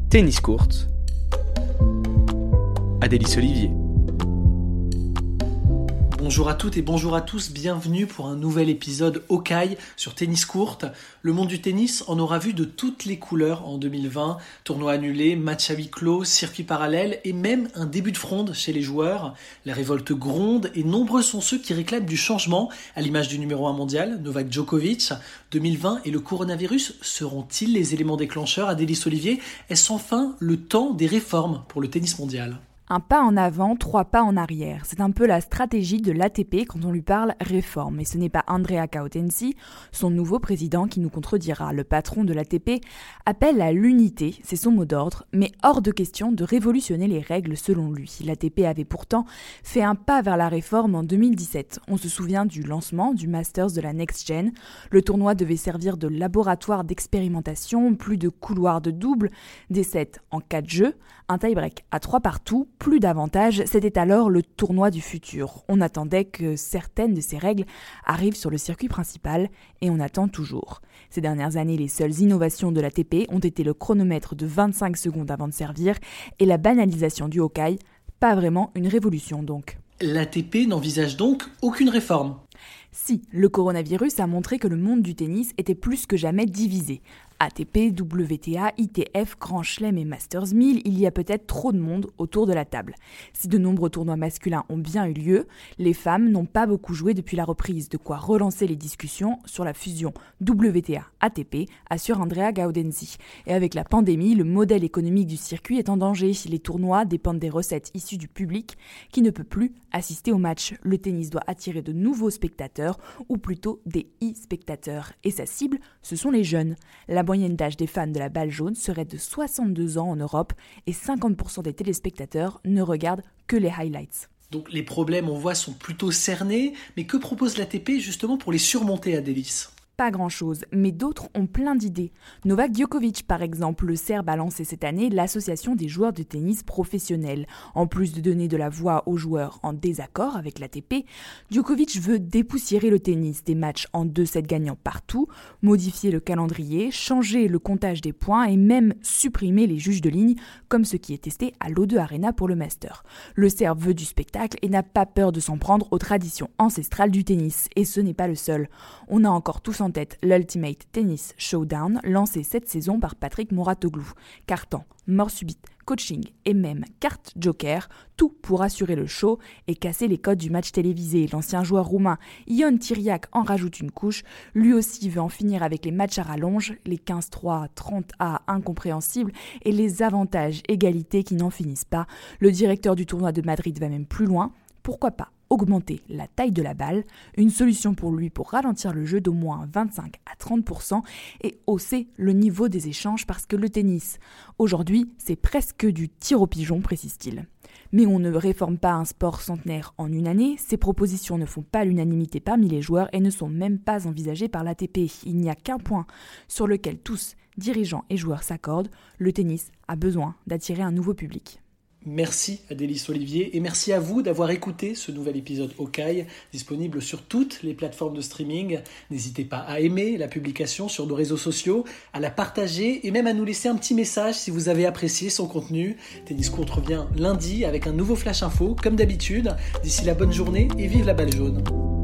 Tennis Court, Adélis Olivier. Bonjour à toutes et bonjour à tous, bienvenue pour un nouvel épisode Hawkeye sur Tennis Court. Le monde du tennis en aura vu de toutes les couleurs en 2020, tournois annulés, matchs à huis clos, circuits parallèles et même un début de fronde chez les joueurs. La révolte gronde et nombreux sont ceux qui réclament du changement, à l'image du numéro 1 mondial, Novak Djokovic. 2020 et le coronavirus seront-ils les éléments déclencheurs, Adélis Olivier? Est-ce enfin le temps des réformes pour le tennis mondial? Un pas en avant, 3 pas en arrière. C'est un peu la stratégie de l'ATP quand on lui parle réforme. Et ce n'est pas Andrea Gaudenzi, son nouveau président, qui nous contredira. Le patron de l'ATP appelle à l'unité, c'est son mot d'ordre, mais hors de question de révolutionner les règles selon lui. L'ATP avait pourtant fait un pas vers la réforme en 2017. On se souvient du lancement du Masters de la Next Gen. Le tournoi devait servir de laboratoire d'expérimentation, plus de couloirs de double, des sets en 4 jeux, un tie-break à 3 partout, plus d'avantages, c'était alors le tournoi du futur. On attendait que certaines de ces règles arrivent sur le circuit principal et on attend toujours. Ces dernières années, les seules innovations de l'ATP ont été le chronomètre de 25 secondes avant de servir et la banalisation du Hawkeye, pas vraiment une révolution donc. L'ATP n'envisage donc aucune réforme. Si, le coronavirus a montré que le monde du tennis était plus que jamais divisé. ATP, WTA, ITF, Grand Chelem et Masters 1000, il y a peut-être trop de monde autour de la table. Si de nombreux tournois masculins ont bien eu lieu, les femmes n'ont pas beaucoup joué depuis la reprise, de quoi relancer les discussions sur la fusion WTA-ATP, assure Andrea Gaudenzi. Et avec la pandémie, le modèle économique du circuit est en danger. Les tournois dépendent des recettes issues du public qui ne peut plus assister aux matchs. Le tennis doit attirer de nouveaux spectateurs, ou plutôt des e-spectateurs. Et sa cible, ce sont les jeunes. La moyenne d'âge des fans de la balle jaune serait de 62 ans en Europe et 50% des téléspectateurs ne regardent que les highlights. Donc les problèmes, on voit, sont plutôt cernés, mais que propose l'ATP justement pour les surmonter, Adélis ? Pas grand-chose, mais d'autres ont plein d'idées. Novak Djokovic, par exemple, le Serbe a lancé cette année l'association des joueurs de tennis professionnels. En plus de donner de la voix aux joueurs en désaccord avec l'ATP, Djokovic veut dépoussiérer le tennis, des matchs en 2 sets gagnants partout, modifier le calendrier, changer le comptage des points et même supprimer les juges de ligne, comme ce qui est testé à l'O2 Arena pour le Master. Le Serbe veut du spectacle et n'a pas peur de s'en prendre aux traditions ancestrales du tennis. Et ce n'est pas le seul. On a encore tous en tête l'Ultimate Tennis Showdown, lancé cette saison par Patrick Mouratoglou. Carton, mort subite, coaching et même carte joker, tout pour assurer le show et casser les codes du match télévisé. L'ancien joueur roumain Ion Tiriac en rajoute une couche. Lui aussi veut en finir avec les matchs à rallonge, les 15-3, 30-A incompréhensibles et les avantages égalité qui n'en finissent pas. Le directeur du tournoi de Madrid va même plus loin. Pourquoi pas augmenter la taille de la balle, une solution pour lui pour ralentir le jeu d'au moins 25 à 30% et hausser le niveau des échanges parce que le tennis, aujourd'hui, c'est presque du tir au pigeon, précise-t-il. Mais on ne réforme pas un sport centenaire en une année, ces propositions ne font pas l'unanimité parmi les joueurs et ne sont même pas envisagées par l'ATP. Il n'y a qu'un point sur lequel tous, dirigeants et joueurs, s'accordent, le tennis a besoin d'attirer un nouveau public. Merci Adélis Olivier et merci à vous d'avoir écouté ce nouvel épisode Hawkeye, disponible sur toutes les plateformes de streaming. N'hésitez pas à aimer la publication sur nos réseaux sociaux, à la partager et même à nous laisser un petit message si vous avez apprécié son contenu. Tennis Court revient lundi avec un nouveau Flash Info, comme d'habitude. D'ici là, bonne journée et vive la balle jaune.